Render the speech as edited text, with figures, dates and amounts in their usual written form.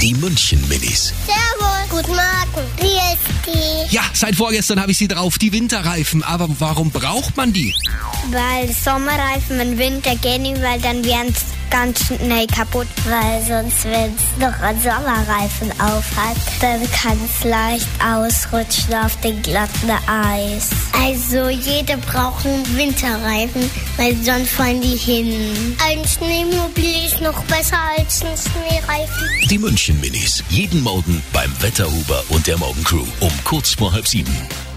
Die München-Minis. Servus. Guten Morgen. Wie ist die? Ja, seit vorgestern habe ich sie drauf, die Winterreifen. Aber warum braucht man die? Weil Sommerreifen im Winter gehen nicht, weil dann werden es ganz schnell kaputt. Weil sonst, wenn es noch einen Sommerreifen aufhat, dann kann es leicht ausrutschen auf den glatten Eis. Also jeder braucht einen Winterreifen, weil sonst fallen die hin. Ein Schneemobil ist noch besser als ein Schneereifen. Die München-Minis. Jeden Morgen beim Wetterhuber und der Morgencrew um kurz vor 6:30.